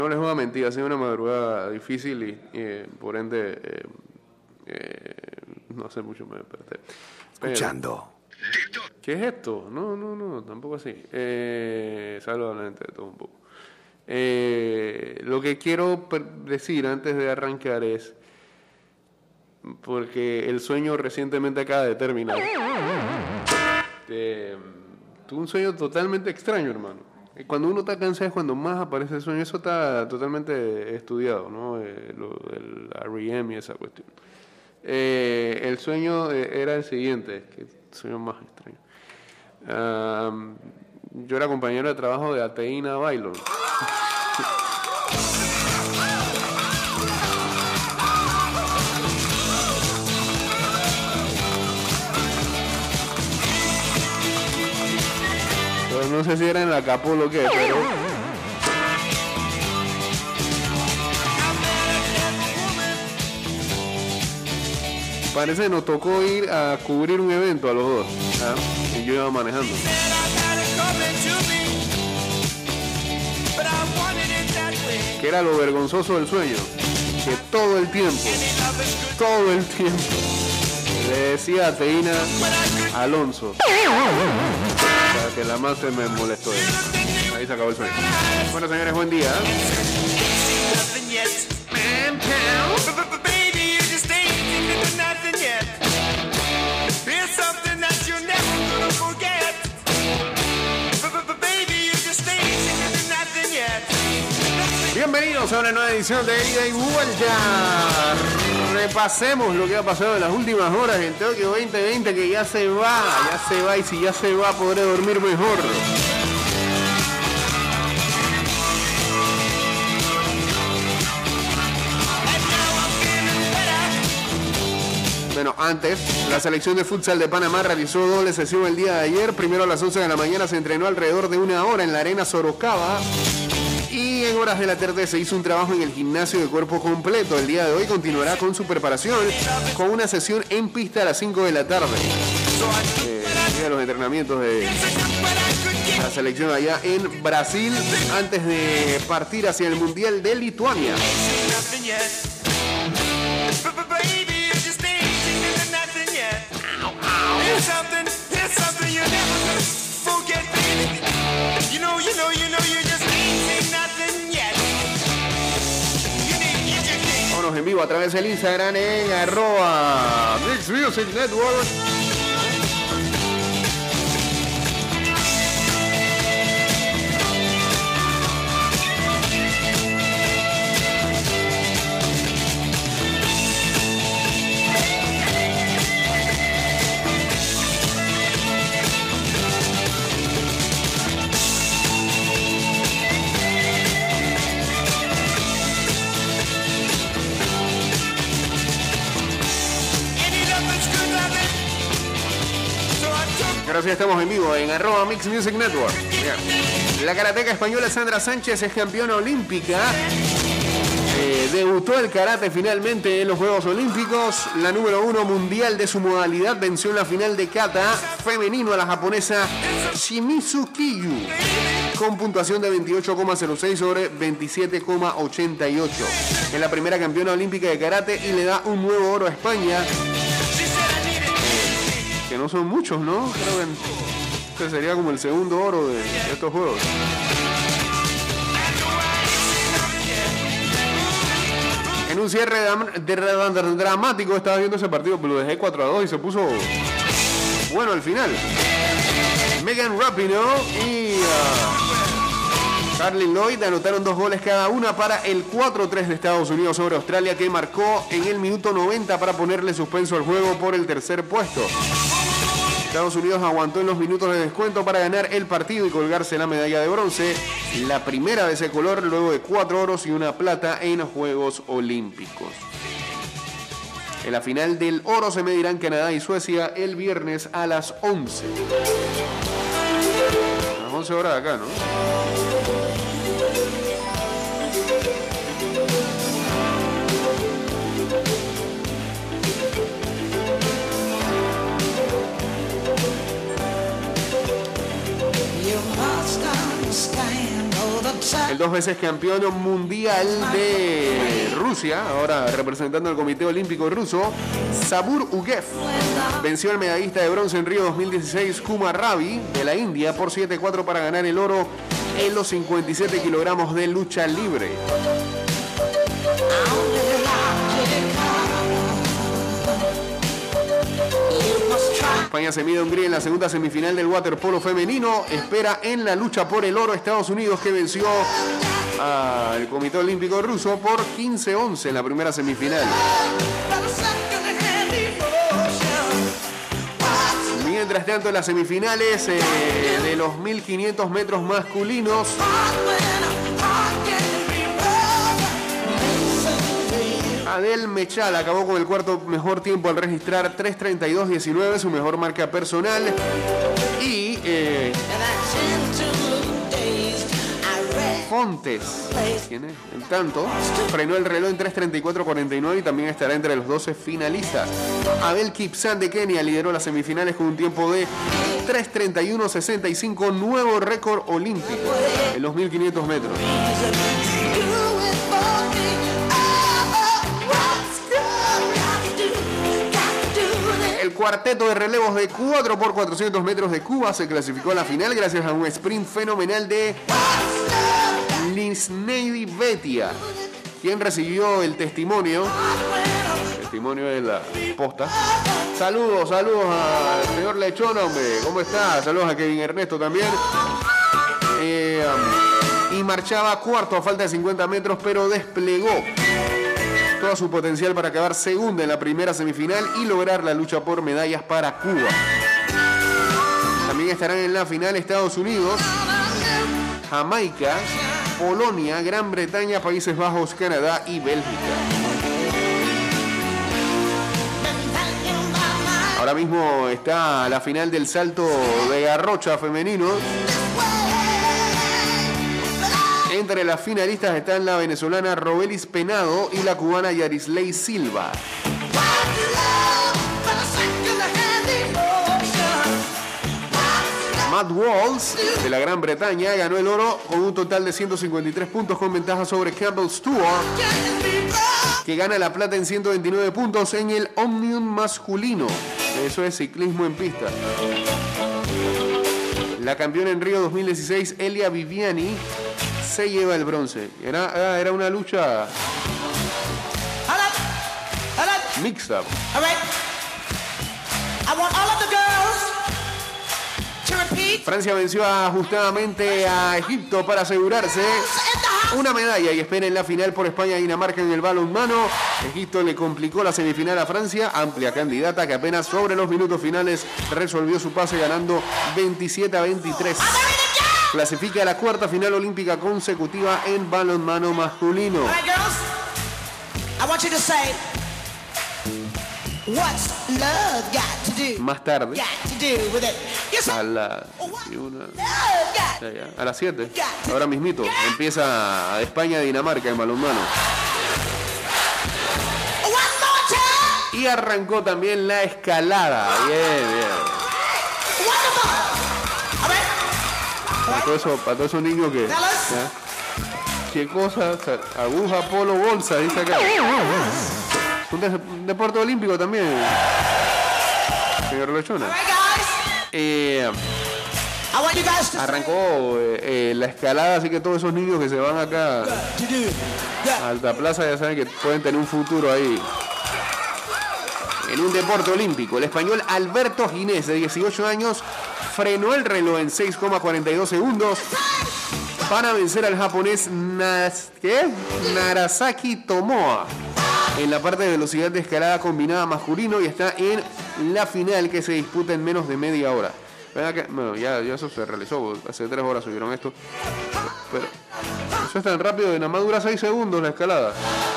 No les voy a mentir, ha sido una madrugada difícil y por ende no hace mucho me desperté. Escuchando. ¿Qué es esto? No, tampoco así. Salvo a la gente de todo un poco. Lo que quiero decir antes de arrancar es, porque el sueño recientemente acaba de terminar. Tuve un sueño totalmente extraño, hermano. Cuando uno está cansado es cuando más aparece el sueño. Eso está totalmente estudiado, ¿no? El REM y esa cuestión. El sueño era el siguiente, que sueño más extraño. Yo era compañero de trabajo de Ateína Bailon. No sé si era en la Capolo o qué, pero... Parece que nos tocó ir a cubrir un evento a los dos, ¿ah? Y yo iba manejando. Que era lo vergonzoso del sueño, que todo el tiempo, le decía a Teína Alonso. Que la más se me molestó eso. Ahí se acabó el sueño. Bueno, señores, buen día. Bienvenidos a una nueva edición de Ida y Vuelta. Repasemos lo que ha pasado en las últimas horas en Tokio 2020, que ya se va, y si ya se va podré dormir mejor. Bueno, antes, la selección de futsal de Panamá realizó doble sesión el día de ayer. Primero a las 11 de la mañana se entrenó alrededor de 1 hora en la arena Sorocaba. Y en horas de la tarde se hizo un trabajo en el gimnasio de cuerpo completo. El día de hoy continuará con su preparación con una sesión en pista a las 5 de la tarde. De los entrenamientos de la selección allá en Brasil antes de partir hacia el Mundial de Lituania. Vámonos en vivo a través del Instagram en @MixMusicNetwork. Ahora sí estamos en vivo en @MixMusicNetwork. La karateca española Sandra Sánchez es campeona olímpica. Debutó el karate finalmente en los Juegos Olímpicos. La número 1 mundial de su modalidad venció en la final de kata femenino a la japonesa Shimizu Kiyu con puntuación de 28,06 sobre 27,88. Es la primera campeona olímpica de karate y le da un nuevo oro a España. Que no son muchos, ¿no? Creo que este sería como el segundo oro de estos juegos. En un cierre dramático estaba viendo ese partido, pero lo dejé 4-2 y se puso bueno al final. Megan Rapinoe y Carly Lloyd anotaron 2 goles cada una para el 4-3 de Estados Unidos sobre Australia, que marcó en el minuto 90 para ponerle suspenso al juego por el tercer puesto. Estados Unidos aguantó en los minutos de descuento para ganar el partido y colgarse la medalla de bronce, la primera de ese color luego de 4 oros y una plata en Juegos Olímpicos. En la final del oro se medirán Canadá y Suecia el viernes a las 11. A las 11 horas de acá, ¿no? El 2 veces campeón mundial de Rusia, ahora representando al Comité Olímpico Ruso, Sabur Ugev venció al medallista de bronce en Río 2016, Kumar Ravi, de la India, por 7-4 para ganar el oro en los 57 kilogramos de lucha libre. España se mide a Hungría en la segunda semifinal del waterpolo femenino. Espera en la lucha por el oro Estados Unidos, que venció al Comité Olímpico Ruso por 15-11 en la primera semifinal. Mientras tanto, en las semifinales de los 1500 metros masculinos, Adel Mechal acabó con el cuarto mejor tiempo al registrar 3:32.19, su mejor marca personal. Y Fontes, ¿quién es? En tanto, frenó el reloj en 3:34.49 y también estará entre los 12 finalistas. Abel Kipsan de Kenia lideró las semifinales con un tiempo de 3:31.65, nuevo récord olímpico en los 1500 metros. El cuarteto de relevos de 4x400 metros de Cuba se clasificó a la final gracias a un sprint fenomenal de Linsneidy Betia, quien recibió el testimonio de la posta. Saludos al señor Lechón, hombre, ¿cómo está? Saludos a Kevin Ernesto también. Y marchaba cuarto a falta de 50 metros, pero desplegó todo su potencial para acabar segunda en la primera semifinal y lograr la lucha por medallas para Cuba. También estarán en la final Estados Unidos, Jamaica, Polonia, Gran Bretaña, Países Bajos, Canadá y Bélgica. Ahora mismo está la final del salto de garrocha femenino. Entre las finalistas están la venezolana Robelis Penado y la cubana Yarisley Silva. Matt Walls, de la Gran Bretaña, ganó el oro con un total de 153 puntos con ventaja sobre Campbell Stewart, que gana la plata en 129 puntos en el Omnium masculino. Eso es ciclismo en pista. La campeona en Río 2016, Elia Viviani, se lleva el bronce. Era una lucha mixta. Francia venció ajustadamente a Egipto para asegurarse una medalla y espera en la final por España y Dinamarca en el balonmano. Egipto le complicó la semifinal a Francia, amplia candidata que apenas sobre los minutos finales resolvió su pase ganando 27-23. Clasifica a la cuarta final olímpica consecutiva en balonmano masculino. Más tarde, a las 7, ahora mismito, empieza España-Dinamarca en balonmano. Y arrancó también la escalada. Bien. Para todos esos niños que... ¿Qué cosa? Aguja, polo, bolsa, dice acá. Un deporte olímpico también, señor Lechona. Arrancó la escalada, así que todos esos niños que se van acá a Alta Plaza ya saben que pueden tener un futuro ahí. En un deporte olímpico, el español Alberto Ginés, de 18 años, frenó el reloj en 6,42 segundos para vencer al japonés Narasaki Tomoa en la parte de velocidad de escalada combinada masculino y está en la final que se disputa en menos de media hora. Bueno, ya eso se realizó, hace 3 horas subieron esto. Pero eso es tan rápido, de nada más dura 6 segundos la escalada.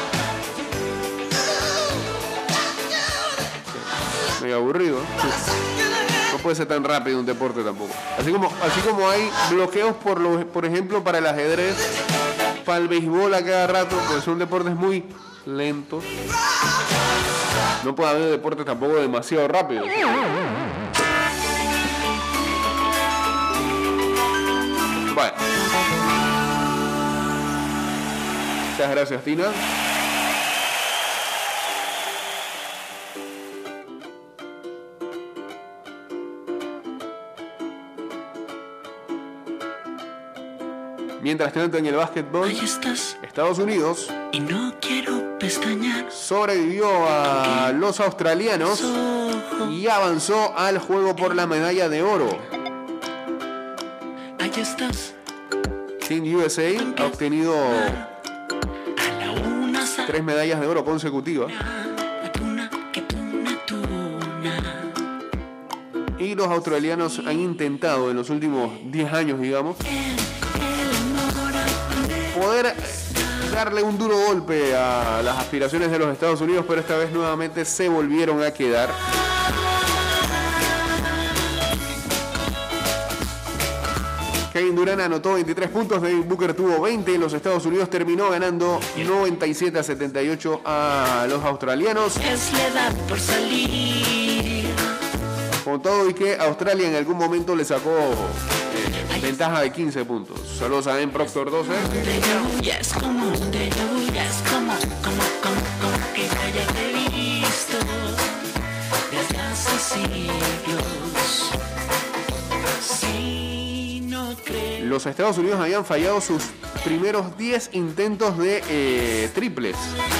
Medio aburrido. No puede ser tan rápido un deporte tampoco. Así como hay bloqueos, por ejemplo, para el ajedrez, para el béisbol a cada rato, pues son deportes muy lentos. No puede haber deportes tampoco demasiado rápidos. Bueno. Muchas gracias, Tina. Mientras tanto, en el básquetbol, Estados Unidos y no quiero pestañear. Sobrevivió a los australianos y avanzó al juego por la medalla de oro. Ahí estás. Team USA ha obtenido 3 medallas de oro consecutivas. Y los australianos han intentado en los últimos 10 años, digamos, poder darle un duro golpe a las aspiraciones de los Estados Unidos, pero esta vez nuevamente se volvieron a quedar. Kevin Durant anotó 23 puntos, David Booker tuvo 20, los Estados Unidos terminó ganando 97-78 a los australianos. Es la edad por salir. Con todo y que Australia en algún momento le sacó ventaja de 15 puntos. Saludos a M. Proctor 12. Ya es como que ya te he visto desde hace siglos. Si no crees. Los Estados Unidos habían fallado sus primeros 10 intentos de triples.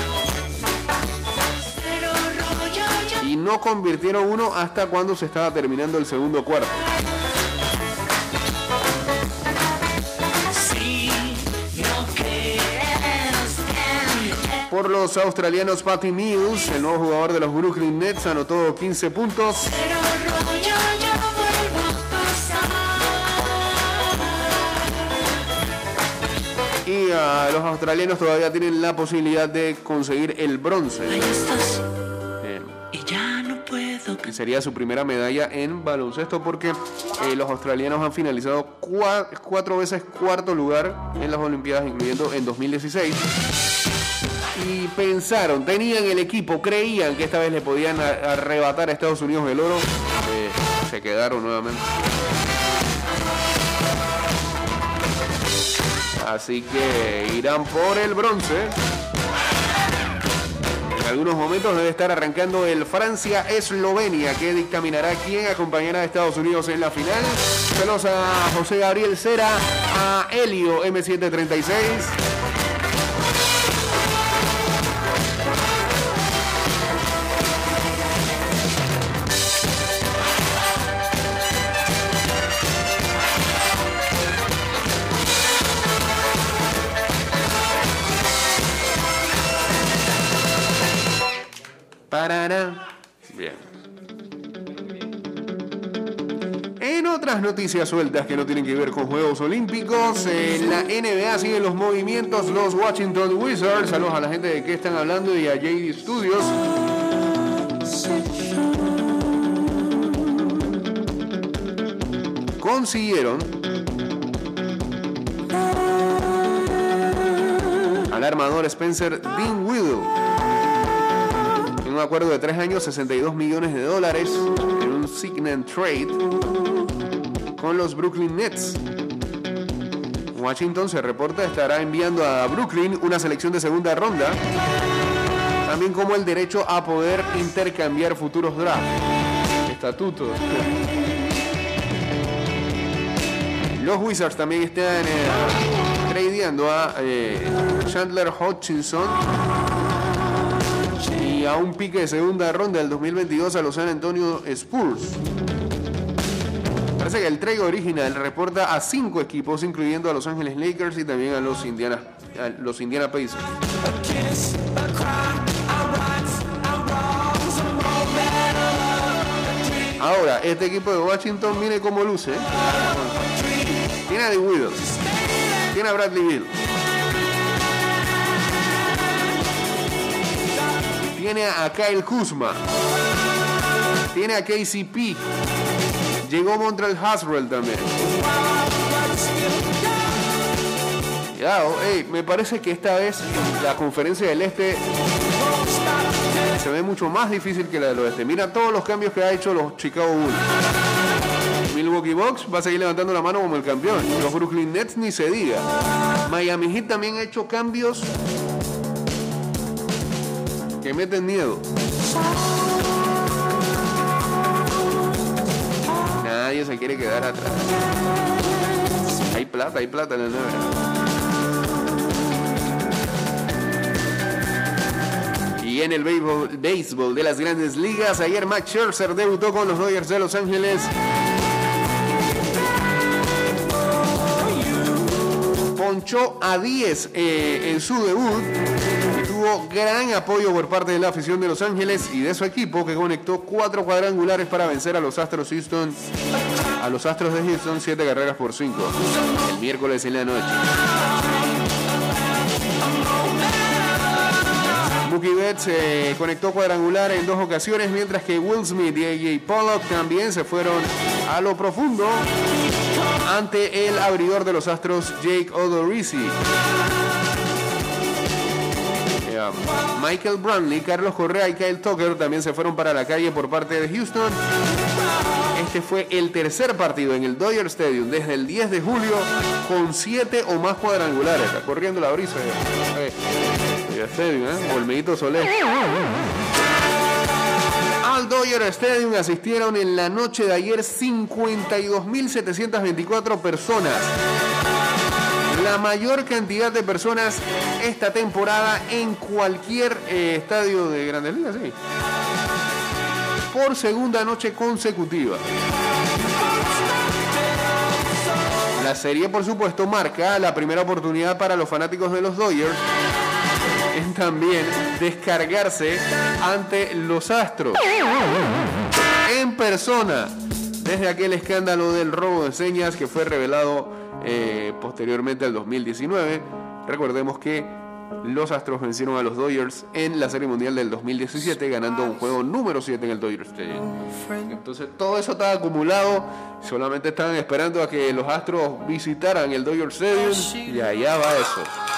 Y no convirtieron uno hasta cuando se estaba terminando el segundo cuarto. Por los australianos, Patty Mills, el nuevo jugador de los Brooklyn Nets, anotó 15 puntos. Y los australianos todavía tienen la posibilidad de conseguir el bronce. Y sería su primera medalla en baloncesto porque los australianos han finalizado 4 veces cuarto lugar en las Olimpiadas, incluyendo en 2016. Y pensaron, tenían el equipo, creían que esta vez le podían arrebatar a Estados Unidos el oro. Se quedaron nuevamente. Así que irán por el bronce. En algunos momentos debe estar arrancando el Francia-Eslovenia, que dictaminará quién acompañará a Estados Unidos en la final. Saludos a José Gabriel Cera, a Helio M736. Bien. En otras noticias sueltas que no tienen que ver con Juegos Olímpicos, en la NBA siguen los movimientos, los Washington Wizards, saludos a la gente de que están hablando y a JD Studios. Consiguieron al armador Spencer Dinwiddie un acuerdo de 3 años, $62 millones en un sign and trade con los Brooklyn Nets. Washington, se reporta, estará enviando a Brooklyn una selección de segunda ronda, también como el derecho a poder intercambiar futuros drafts. Estatutos. Los Wizards también están tradeando a Chandler Hutchinson y a un pique de segunda ronda del 2022 a los San Antonio Spurs. Parece que el trade original reporta a 5 equipos, incluyendo a Los Ángeles Lakers y también a los Indiana Pacers. Ahora, este equipo de Washington, mire cómo luce. Tiene a Dinwiddie, tiene a Bradley Beal, tiene a Kyle Kuzma, tiene a KCP, llegó Montrezl Harrell también. Me parece que esta vez la conferencia del Este se ve mucho más difícil que la del Oeste. Mira todos los cambios que ha hecho los Chicago Bulls. Milwaukee Bucks va a seguir levantando la mano como el campeón. Los Brooklyn Nets ni se diga. Miami Heat también ha hecho cambios que meten miedo. Nadie se quiere quedar atrás. Hay plata en el 9. Y en el béisbol de las grandes ligas, ayer Max Scherzer debutó con los Dodgers de Los Ángeles. Ponchó a 10 en su debut. Tuvo gran apoyo por parte de la afición de Los Ángeles y de su equipo, que conectó 4 cuadrangulares para vencer a los Astros de Houston 7 carreras por 5 el miércoles en la noche. Mookie Betts conectó cuadrangular en 2 ocasiones, mientras que Will Smith y A.J. Pollock también se fueron a lo profundo ante el abridor de los Astros, Jake Odorizzi. Michael Brantley, Carlos Correa y Kyle Tucker también se fueron para la calle por parte de Houston. Este fue el tercer partido en el Dodger Stadium desde el 10 de julio con 7 o más cuadrangulares. Está corriendo la brisa del Stadium, Olmedito Soler. Al Dodger Stadium asistieron en la noche de ayer 52.724 personas. La mayor cantidad de personas esta temporada en cualquier estadio de Grandes Ligas, sí. Por segunda noche consecutiva. La serie, por supuesto, marca la primera oportunidad para los fanáticos de los Dodgers en también descargarse ante los Astros en persona, desde aquel escándalo del robo de señas que fue revelado posteriormente al 2019. Recordemos que los Astros vencieron a los Dodgers en la Serie Mundial del 2017, ganando un juego número 7 en el Dodger Stadium. Entonces todo eso estaba acumulado, solamente estaban esperando a que los Astros visitaran el Dodger Stadium y allá va eso.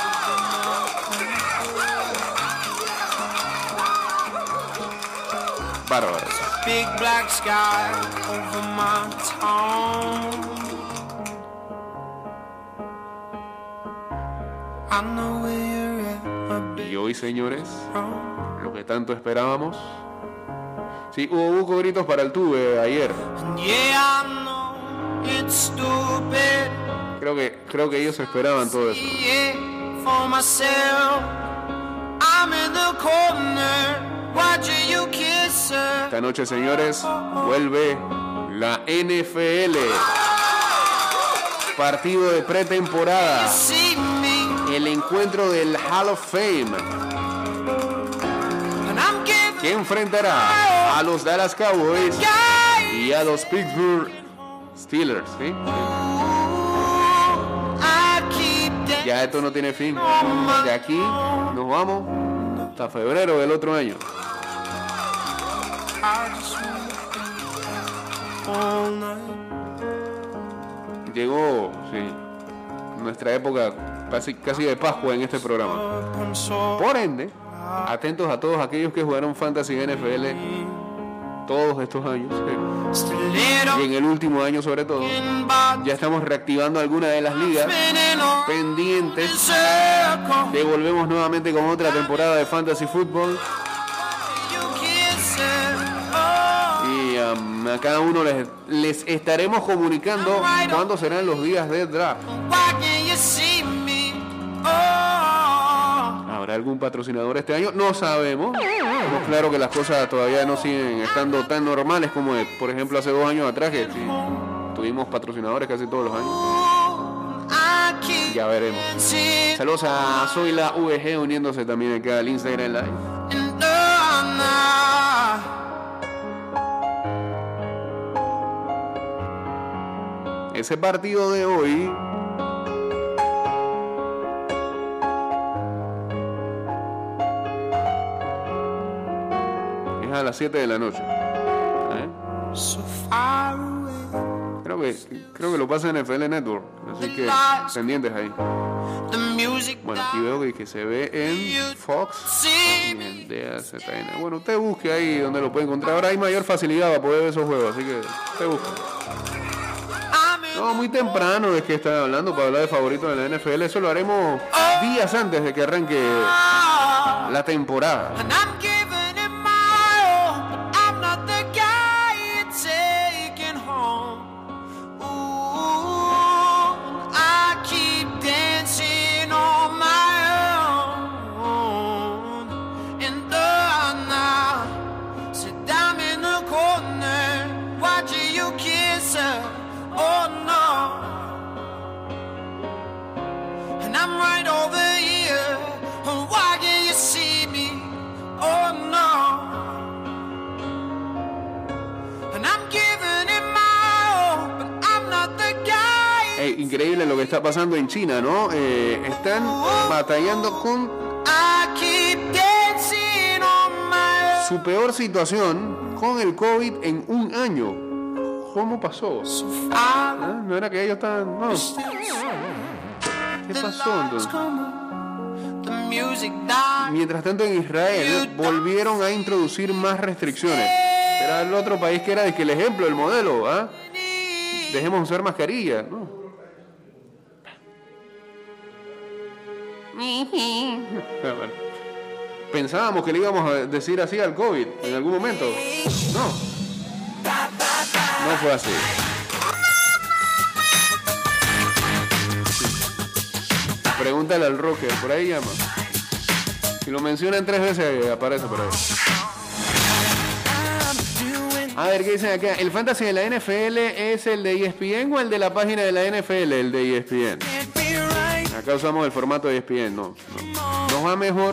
Bárbaro. Big black sky over my town. Y hoy, señores, lo que tanto esperábamos. Sí, hubo gritos para el Tuve ayer. Creo que ellos esperaban todo eso. Esta noche, señores, vuelve la NFL. Partido de pretemporada. El encuentro del Hall of Fame, que enfrentará a los Dallas Cowboys y a los Pittsburgh Steelers, ¿sí? Ya esto no tiene fin. De aquí nos vamos hasta febrero del otro año. Llegó, sí, nuestra época casi de Pascua en este programa. Por ende, atentos a todos aquellos que jugaron Fantasy NFL todos estos años, y en el último año sobre todo. Ya estamos reactivando algunas de las ligas pendientes. Que volvemos nuevamente con otra temporada de Fantasy Football. Y a cada uno les estaremos comunicando cuándo serán los días de draft. ¿Habrá algún patrocinador este año? No sabemos. Estamos claro que las cosas todavía no siguen estando tan normales como, por ejemplo, hace 2 años atrás, que sí, tuvimos patrocinadores casi todos los años. Ya veremos. Saludos a Soy la VG uniéndose también acá al Instagram Live. Ese partido de hoy es a las 7 de la noche. Creo que lo pasa en NFL Network, así que pendientes ahí. Bueno, aquí veo que se ve en Fox y en DAZN. Bueno, usted busque ahí donde lo puede encontrar. Ahora hay mayor facilidad para poder ver esos juegos, así que usted busque. No, muy temprano es que están hablando para hablar de favoritos de la NFL. Eso lo haremos días antes de que arranque la temporada. And I'm giving it my all, but I'm not the guy you're taking home. Ooh, I keep dancing on my own. And now, sit down in the corner, watching you kiss her. Oh no. And I'm right over here. Oh, why can't you see me? Oh no. And I'm giving it my all, but I'm not the guy. Increíble lo que está pasando en China, ¿no? Están batallando con I keep dancing on my su peor situación con el COVID en un año. ¿Cómo pasó? ¿Ah? No era que ellos estaban... No. ¿Qué pasó entonces? Mientras tanto en Israel volvieron a introducir más restricciones. Era el otro país que era de que el ejemplo, el modelo, ¿ah? Dejemos usar mascarilla, ¿no? Pensábamos que le íbamos a decir así al COVID en algún momento. No. No fue así. Pregúntale al rocker, por ahí llama. Si lo mencionan 3 veces aparece por ahí. A ver, ¿qué dicen acá? ¿El fantasy de la NFL es el de ESPN o el de la página de la NFL, el de ESPN? Acá usamos el formato de ESPN, no. Nos va mejor,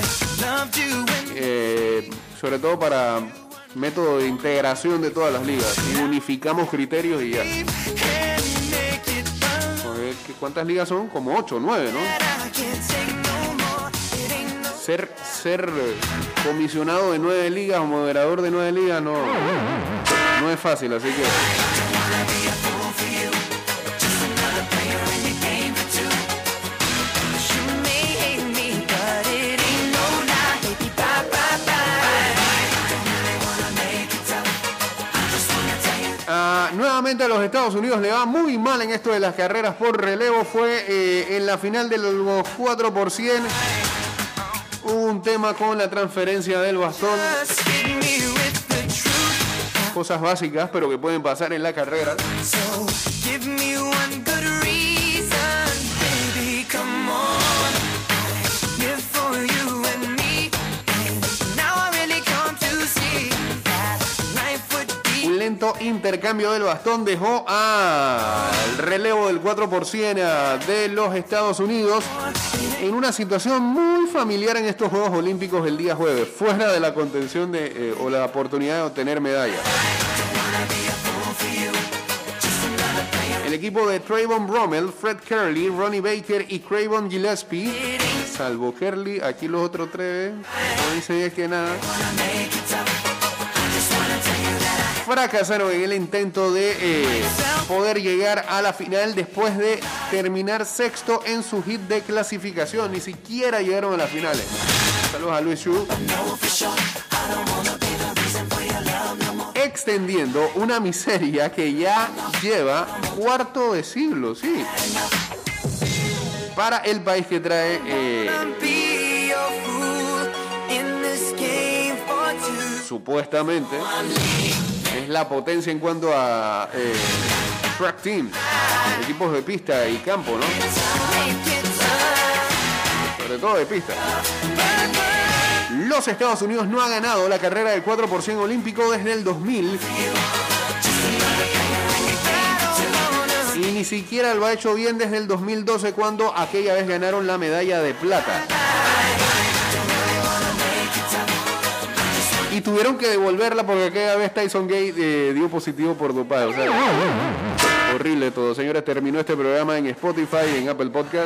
sobre todo para método de integración de todas las ligas. Y unificamos criterios y ya. ¿Cuántas ligas son? Como 8 o 9, ¿no? Ser comisionado de 9 ligas o moderador de 9 ligas no es fácil, así que... Nuevamente a los Estados Unidos le va muy mal en esto de las carreras por relevo. Fue en la final de los 4x100. Hubo un tema con la transferencia del bastón. Cosas básicas, pero que pueden pasar en la carrera. Un lento intercambio del bastón dejó al relevo del 4x100 de los Estados Unidos en una situación muy familiar en estos Juegos Olímpicos el día jueves, fuera de la contención o la oportunidad de obtener medallas. El equipo de Trayvon Bromell, Fred Kerley, Ronnie Baker y Craven Gillespie, salvo Kerley, aquí los otros 3 no dicen que nada, fracasaron en el intento de poder llegar a la final después de terminar sexto en su hit de clasificación. Ni siquiera llegaron a las finales. Saludos a Luis Xu. Extendiendo una miseria que ya lleva cuarto de siglo, sí. Para el país que trae... supuestamente es la potencia en cuanto a track team, equipos de pista y campo, ¿no? Sobre todo de pista. Los Estados Unidos no ha ganado la carrera del 4x100 olímpico desde el 2000 y ni siquiera lo ha hecho bien desde el 2012, cuando aquella vez ganaron la medalla de plata. Y tuvieron que devolverla porque aquella vez Tyson Gate dio positivo por dopaje. O sea, horrible todo. Señores, terminó este programa en Spotify, en Apple Podcast.